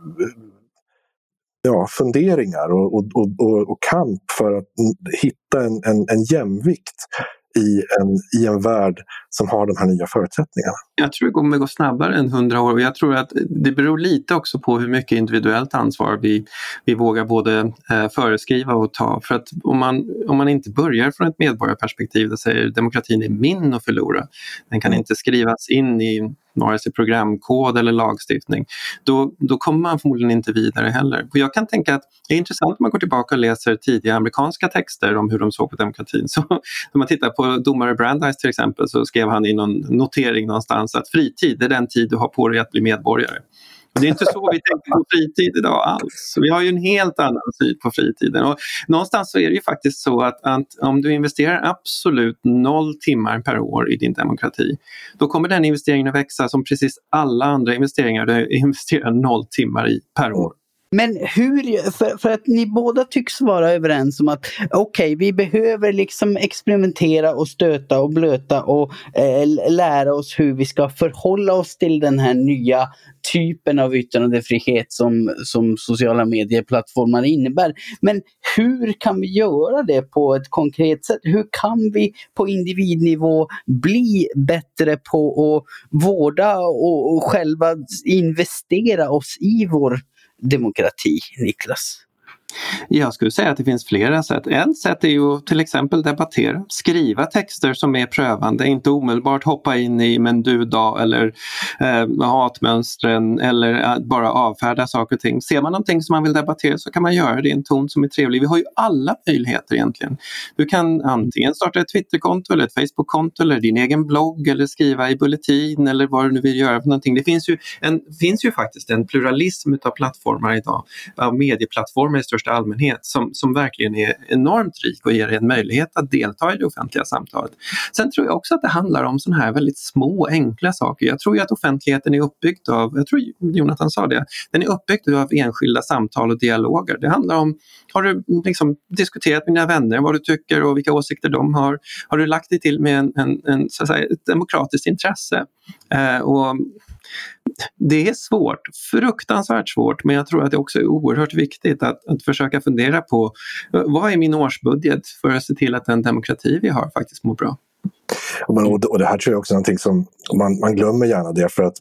[SPEAKER 3] funderingar och kamp för att hitta en jämvikt i en värld som har de här nya förutsättningarna.
[SPEAKER 2] Jag tror det kommer gå snabbare än 100 år, och jag tror att det beror lite också på hur mycket individuellt ansvar vi vågar både föreskriva och ta. För att om man inte börjar från ett medborgarperspektiv där säger demokratin är min att förlora, den kan inte skrivas in i vare sig programkod eller lagstiftning, då kommer man förmodligen inte vidare heller. Och jag kan tänka att det är intressant om man går tillbaka och läser tidiga amerikanska texter om hur de såg på demokratin. Så när man tittar på domare Brandeis till exempel, så skrev han i någon notering någonstans att fritid är den tid du har på dig att bli medborgare. Det är inte så vi tänker på fritid idag alls. Vi har ju en helt annan syn på fritiden. Och någonstans så är det ju faktiskt så att om du investerar absolut 0 timmar per år i din demokrati, då kommer den investeringen att växa som precis alla andra investeringar du investerar 0 timmar i per år.
[SPEAKER 1] Men hur, för att ni båda tycks vara överens om att okej, vi behöver liksom experimentera och stöta och blöta och lära oss hur vi ska förhålla oss till den här nya typen av yttrandefrihet som sociala medieplattformar innebär. Men hur kan vi göra det på ett konkret sätt? Hur kan vi på individnivå bli bättre på att vårda och själva investera oss i vår demokrati, Niklas?
[SPEAKER 2] Jag skulle säga att det finns flera sätt. Ett sätt är ju till exempel debattera, skriva texter som är prövande, inte omedelbart hoppa in i men du då eller hatmönstren eller bara avfärda saker och ting. Ser man någonting som man vill debattera så kan man göra det i en ton som är trevlig. Vi har ju alla möjligheter egentligen. Du kan antingen starta ett Twitterkonto eller ett Facebookkonto eller din egen blogg eller skriva i bulletin eller vad du nu vill göra för någonting. Det finns ju faktiskt en pluralism av plattformar idag, av medieplattformar i största allmänhet som verkligen är enormt rik och ger en möjlighet att delta i det offentliga samtalet. Sen tror jag också att det handlar om sådana här väldigt små, enkla saker. Jag tror ju att offentligheten är uppbyggd av, jag tror Jonathan sa det, den är uppbyggd av enskilda samtal och dialoger. Det handlar om, har du liksom diskuterat med dina vänner vad du tycker och vilka åsikter de har? Har du lagt dig till med så att säga, ett demokratiskt intresse? Och det är svårt, fruktansvärt svårt, men jag tror att det också är oerhört viktigt att försöka fundera på vad är min årsbudget för att se till att den demokrati vi har faktiskt mår bra.
[SPEAKER 3] Och det här tror jag också är någonting som man glömmer gärna det, för att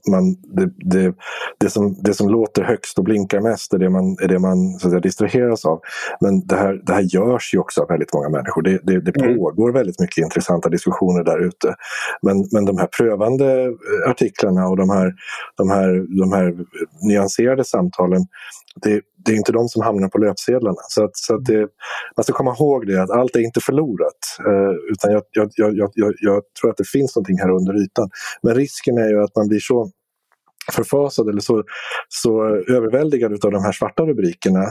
[SPEAKER 3] det som låter högst och blinkar mest är det man så att säga, distraheras av. Men det här görs ju också av väldigt många människor. Det pågår väldigt mycket intressanta diskussioner där ute. Men de här prövande artiklarna och de här nyanserade samtalen, det är inte de som hamnar på löpsedlarna. Så att man ska komma ihåg det, att allt är inte förlorat. Utan jag tror att det finns någonting här under ytan. Men risken är ju att man blir så förfasad eller så överväldigad av de här svarta rubrikerna.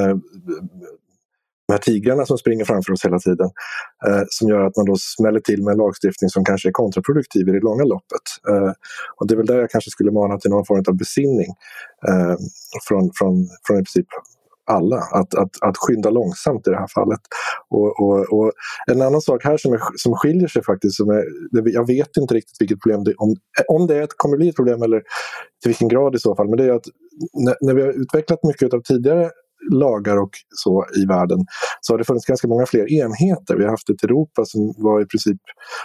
[SPEAKER 3] De här tigrarna som springer framför oss hela tiden, som gör att man då smäller till med en lagstiftning som kanske är kontraproduktiv i det långa loppet. Och det är väl där jag kanske skulle mana till någon form av besinning från i princip alla, att skynda långsamt i det här fallet. Och en annan sak här som skiljer sig faktiskt, jag vet inte riktigt vilket problem det om det kommer bli ett problem eller till vilken grad i så fall, men det är att när vi har utvecklat mycket av tidigare lagar och så i världen, så har det funnits ganska många fler enheter. Vi har haft ett Europa som var i princip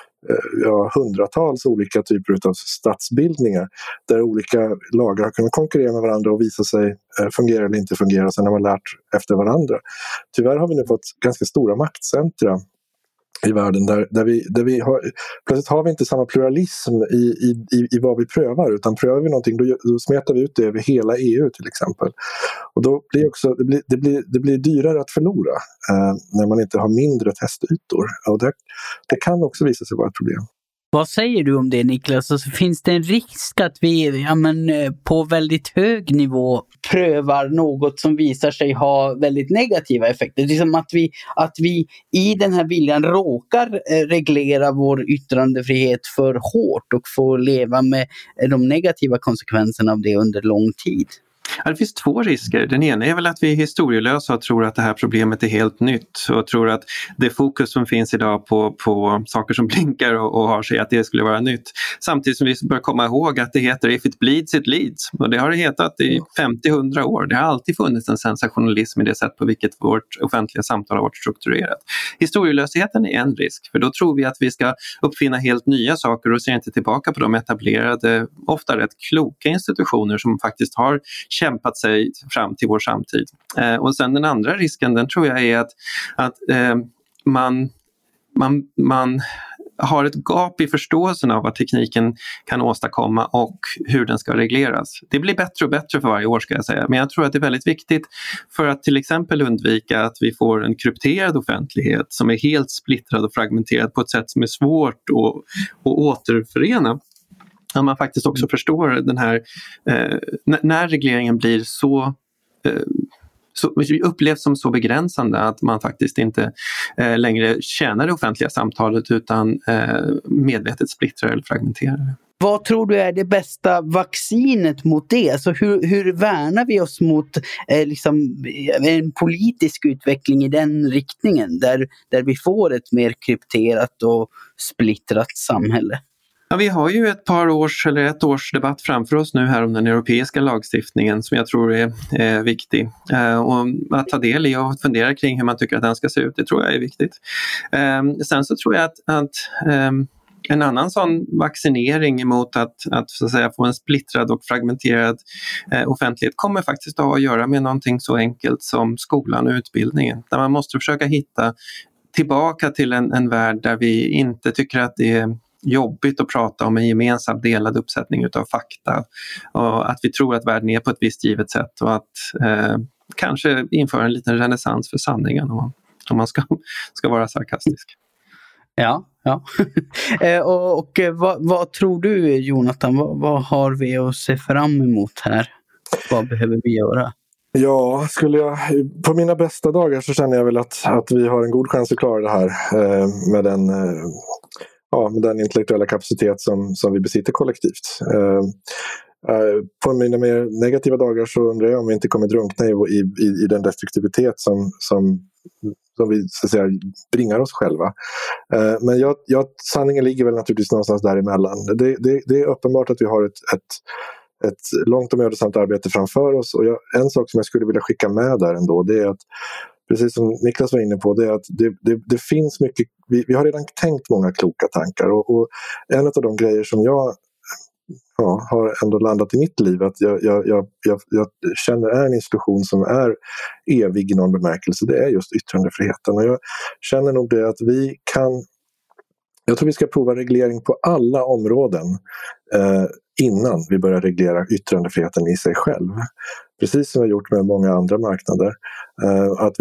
[SPEAKER 3] hundratals olika typer av statsbildningar där olika lagar har kunnat konkurrera med varandra och visa sig fungera eller inte fungera, och sen har man lärt efter varandra. Tyvärr har vi nu fått ganska stora maktcentra i världen där vi har, plötsligt har vi inte samma pluralism i vad vi prövar, utan prövar vi någonting då smetar vi ut det över hela EU till exempel. Och då blir också, det blir dyrare att förlora när man inte har mindre testytor. Och det kan också visa sig vara ett problem.
[SPEAKER 1] Vad säger du om det, Niklas? Alltså, finns det en risk att vi på väldigt hög nivå prövar något som visar sig ha väldigt negativa effekter? Det är som att vi i den här viljan råkar reglera vår yttrandefrihet för hårt och får leva med de negativa konsekvenserna av det under lång tid.
[SPEAKER 2] Ja, det finns två risker. Den ena är väl att vi är historielösa och tror att det här problemet är helt nytt och tror att det fokus som finns idag på saker som blinkar och har sig, att det skulle vara nytt. Samtidigt som vi bör komma ihåg att det heter if it bleeds, it leads. Och det har det hetat i 50-100 år. Det har alltid funnits en sensationalism i det sätt på vilket vårt offentliga samtal har varit strukturerat. Historielösheten är en risk, för då tror vi att vi ska uppfinna helt nya saker och ser inte tillbaka på de etablerade, ofta rätt kloka institutioner som faktiskt har kämpat sig fram till vår samtid. Och sen den andra risken, den tror jag är att man har ett gap i förståelsen av vad tekniken kan åstadkomma och hur den ska regleras. Det blir bättre och bättre för varje år, ska jag säga. Men jag tror att det är väldigt viktigt för att till exempel undvika att vi får en krypterad offentlighet som är helt splittrad och fragmenterad på ett sätt som är svårt att återförena. Att man faktiskt också förstår den här, när regleringen blir så upplevs som så begränsande att man faktiskt inte längre tjänar det offentliga samtalet utan medvetet splittrar eller fragmenterar.
[SPEAKER 1] Vad tror du är det bästa vaccinet mot det? Alltså hur värnar vi oss mot liksom en politisk utveckling i den riktningen där vi får ett mer krypterat och splittrat samhälle?
[SPEAKER 2] Ja, vi har ju ett års debatt framför oss nu här om den europeiska lagstiftningen som jag tror är viktig. Och att ta del i och fundera kring hur man tycker att den ska se ut, det tror jag är viktigt. Sen så tror jag att en annan sån vaccinering emot att så att säga få en splittrad och fragmenterad offentlighet kommer faktiskt att ha att göra med någonting så enkelt som skolan och utbildningen. Där man måste försöka hitta tillbaka till en värld där vi inte tycker att det är jobbigt att prata om en gemensam delad uppsättning utav fakta och att vi tror att världen är på ett visst givet sätt och att kanske införa en liten renässans för sanningen om man ska vara sarkastisk.
[SPEAKER 1] Ja. och vad tror du, Jonathan? Vad har vi att se fram emot här? Vad behöver vi göra?
[SPEAKER 3] Ja, på mina bästa dagar så känner jag väl att vi har en god chans att klara det här med den intellektuella kapacitet som vi besitter kollektivt. På mina mer negativa dagar så undrar jag om vi inte kommer drunkna i den destruktivitet som vi så att säga bringar oss själva. Men sanningen ligger väl naturligtvis någonstans däremellan. Det är uppenbart att vi har ett långt och mödosamt arbete framför oss. Och en sak som jag skulle vilja skicka med där ändå, det är att precis som Niklas var inne på, det är att det finns mycket, vi har redan tänkt många kloka tankar och en av de grejer som jag har ändå landat i mitt liv att jag känner är en institution som är evig i någon bemärkelse, det är just yttrandefriheten. Och jag känner nog det att jag tror vi ska prova reglering på alla områden innan vi börjar reglera yttrandefriheten i sig själv. Precis som vi har gjort med många andra marknader. Att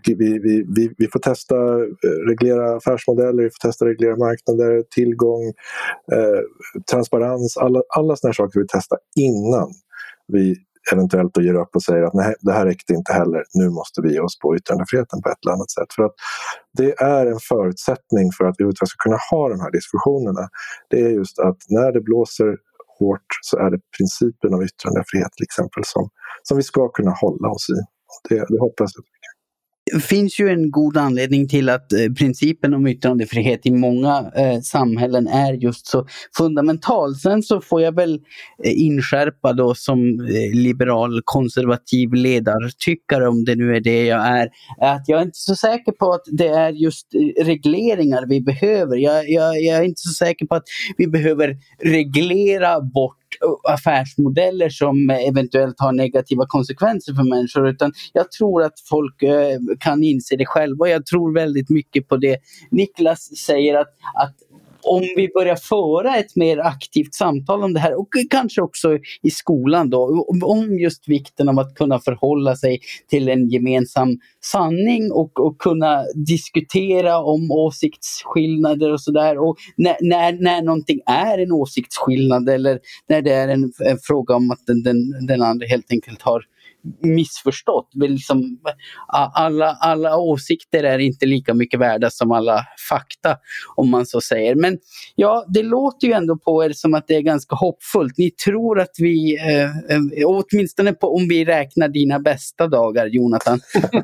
[SPEAKER 3] vi får testa reglera affärsmodeller, vi får testa reglera marknader, tillgång, transparens, alla såna här saker vi testar innan vi eventuellt då ger upp och säger att nej, det här räckte inte heller, nu måste vi ge oss på yttrandefriheten på ett eller annat sätt. För att det är en förutsättning för att vi ska kunna ha de här diskussionerna. Det är just att när det blåser hårt så är det principen av yttrandefrihet till exempel som vi ska kunna hålla oss i. Det hoppas jag.
[SPEAKER 1] Det finns ju en god anledning till att principen om yttrandefrihet i många samhällen är just så fundamental. Sen så får jag väl inskärpa då som liberal konservativ ledartyckare, om det nu är det jag är, att jag är inte så säker på att det är just regleringar vi behöver. Jag är inte så säker på att vi behöver reglera bort affärsmodeller som eventuellt har negativa konsekvenser för människor, utan jag tror att folk kan inse det själva. Jag tror väldigt mycket på det Niklas säger, att om vi börjar föra ett mer aktivt samtal om det här, och kanske också i skolan då, om just vikten av att kunna förhålla sig till en gemensam sanning och kunna diskutera om åsiktsskillnader och sådär, och när någonting är en åsiktsskillnad eller när det är en fråga om att den andra helt enkelt har missförstått. Liksom, alla åsikter är inte lika mycket värda som alla fakta, om man så säger. Men ja, det låter ju ändå på er som att det är ganska hoppfullt. Ni tror att vi, åtminstone om vi räknar dina bästa dagar, Jonathan,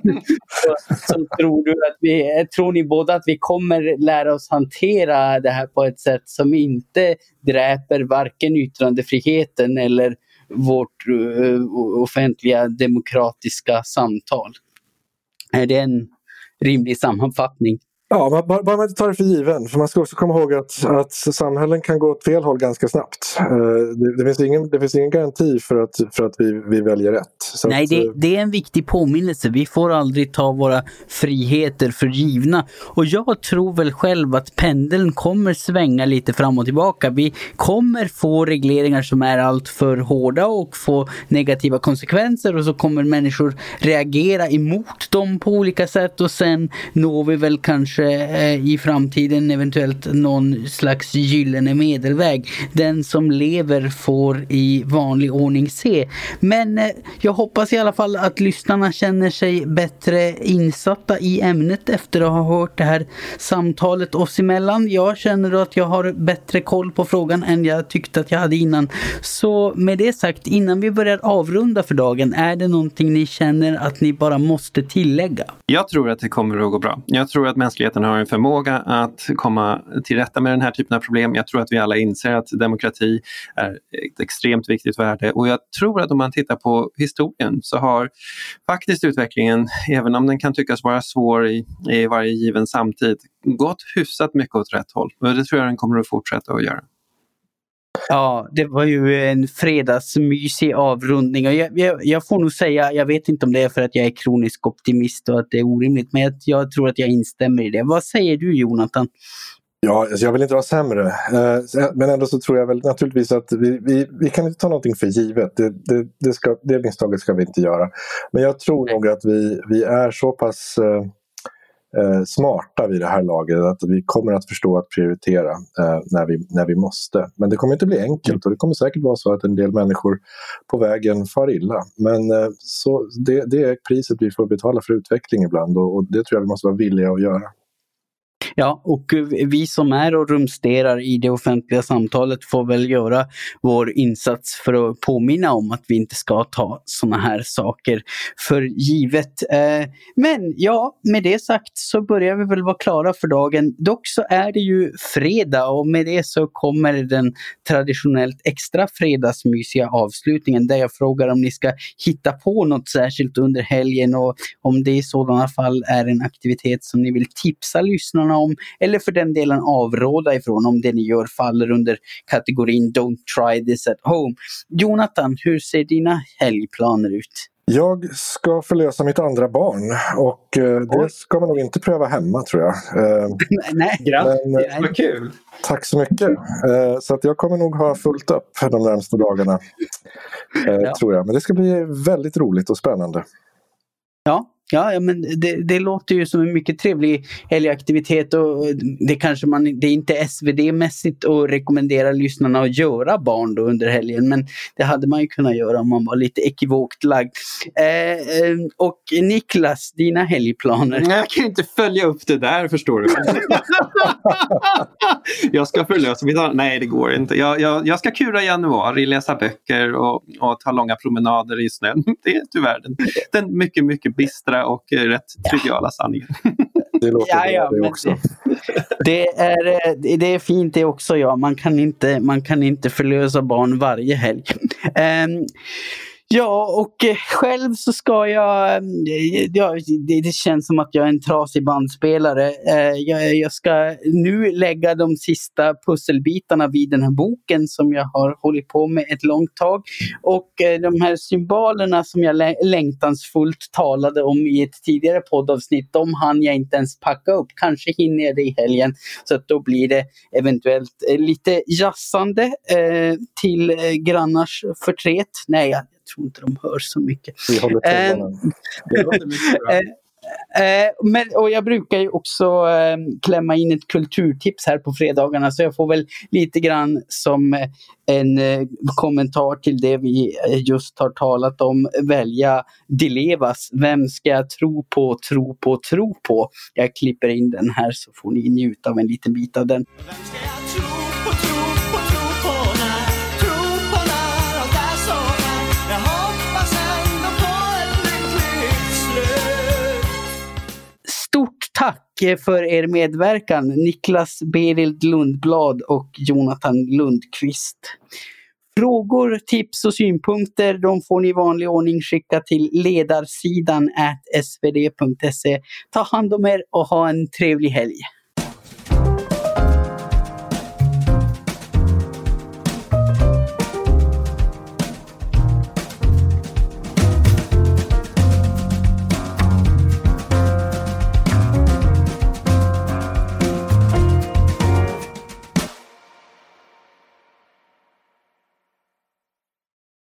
[SPEAKER 1] så tror ni båda att vi kommer lära oss hantera det här på ett sätt som inte dräper varken yttrandefriheten eller vårt offentliga demokratiska samtal. Är det en rimlig sammanfattning?
[SPEAKER 3] Ja, bara man inte tar det för given. För man ska också komma ihåg att samhällen kan gå åt fel håll ganska snabbt. Det finns ingen garanti för att vi väljer rätt. Så
[SPEAKER 1] nej, det är en viktig påminnelse. Vi får aldrig ta våra friheter för givna. Och jag tror väl själv att pendeln kommer svänga lite fram och tillbaka. Vi kommer få regleringar som är allt för hårda och få negativa konsekvenser. Och så kommer människor reagera emot dem på olika sätt. Och sen når vi väl kanske kanske i framtiden eventuellt någon slags gyllene medelväg. Den som lever får i vanlig ordning se. Men jag hoppas i alla fall att lyssnarna känner sig bättre insatta i ämnet efter att ha hört det här samtalet oss emellan. Jag känner att jag har bättre koll på frågan än jag tyckte att jag hade innan. Så med det sagt, innan vi börjar avrunda för dagen, är det någonting ni känner att ni bara måste tillägga?
[SPEAKER 2] Jag tror att det kommer att gå bra. Jag tror att mänskligheten har en förmåga att komma till rätta med den här typen av problem. Jag tror att vi alla inser att demokrati är ett extremt viktigt värde. Och jag tror att om man tittar på historien så har faktiskt utvecklingen, även om den kan tyckas vara svår i varje given samtid, gått hyfsat mycket åt rätt håll. Och det tror jag den kommer att fortsätta att göra.
[SPEAKER 1] Ja, det var ju en fredagsmysig avrundning och jag får nog säga, jag vet inte om det är för att jag är kronisk optimist och att det är orimligt, men jag tror att jag instämmer i det. Vad säger du, Jonathan?
[SPEAKER 3] Ja, jag vill inte vara sämre, men ändå så tror jag väl naturligtvis att vi kan inte ta någonting för givet. Det misstaget ska vi inte göra. Men jag tror nog att vi är så pass smarta vid det här laget att vi kommer att förstå att prioritera när vi måste. Men det kommer inte bli enkelt och det kommer säkert vara så att en del människor på vägen far illa. Men så det är priset vi får betala för utveckling ibland och det tror jag vi måste vara villiga att göra.
[SPEAKER 1] Ja, och vi som är och rumsterar i det offentliga samtalet får väl göra vår insats för att påminna om att vi inte ska ta såna här saker för givet. Men ja, med det sagt så börjar vi väl vara klara för dagen. Dock så är det ju fredag och med det så kommer den traditionellt extra fredagsmysiga avslutningen där jag frågar om ni ska hitta på något särskilt under helgen och om det i sådana fall är en aktivitet som ni vill tipsa lyssnarna om eller för den delen avråda ifrån om det ni gör faller under kategorin Don't try this at home. Jonathan, hur ser dina helgplaner ut?
[SPEAKER 3] Jag ska förlösa mitt andra barn och det ska man nog inte pröva hemma, tror jag.
[SPEAKER 1] Nej,
[SPEAKER 2] grattis, vad kul!
[SPEAKER 3] Tack så mycket. Så att jag kommer nog ha fullt upp de närmaste dagarna, tror jag. Men det ska bli väldigt roligt och spännande.
[SPEAKER 1] Ja, men det låter ju som en mycket trevlig helgaktivitet och det är inte SvD-mässigt att rekommendera lyssnarna att göra barn då under helgen, men det hade man ju kunnat göra om man var lite ekivokt lagd. Och Niklas, dina helgplaner?
[SPEAKER 2] Jag kan inte följa upp det där, förstår du. Jag ska förlösa mitt andra. Nej, det går inte. Jag ska kura i januari, läsa böcker och ta långa promenader i snön. Det är tyvärr den mycket, mycket bistra och rätt triviala sanningen.
[SPEAKER 3] Det låter det också.
[SPEAKER 1] Det är fint det också, ja. Man kan inte förlösa barn varje helg. Ja, och själv så ska det känns som att jag är en trasig bandspelare. Jag ska nu lägga de sista pusselbitarna vid den här boken som jag har hållit på med ett långt tag. Och de här symbolerna som jag längtansfullt talade om i ett tidigare poddavsnitt, de hann jag inte ens packa upp. Kanske hinner jag det i helgen, så att då blir det eventuellt lite jassande till grannars förtret. Nej, jag tror inte de hör så mycket.
[SPEAKER 3] Vi håller
[SPEAKER 1] och jag brukar ju också klämma in ett kulturtips här på fredagarna, så jag får väl lite grann som en kommentar till det vi just har talat om välja Dilevas. Vem ska jag tro på? Jag klipper in den här så får ni njuta av en liten bit av den. Vem ska jag tro på? Stort tack för er medverkan, Niklas Berild Lundblad och Jonathan Lundqvist. Frågor, tips och synpunkter, de får ni i vanlig ordning skicka till ledarsidan @svd.se. Ta hand om er och ha en trevlig helg.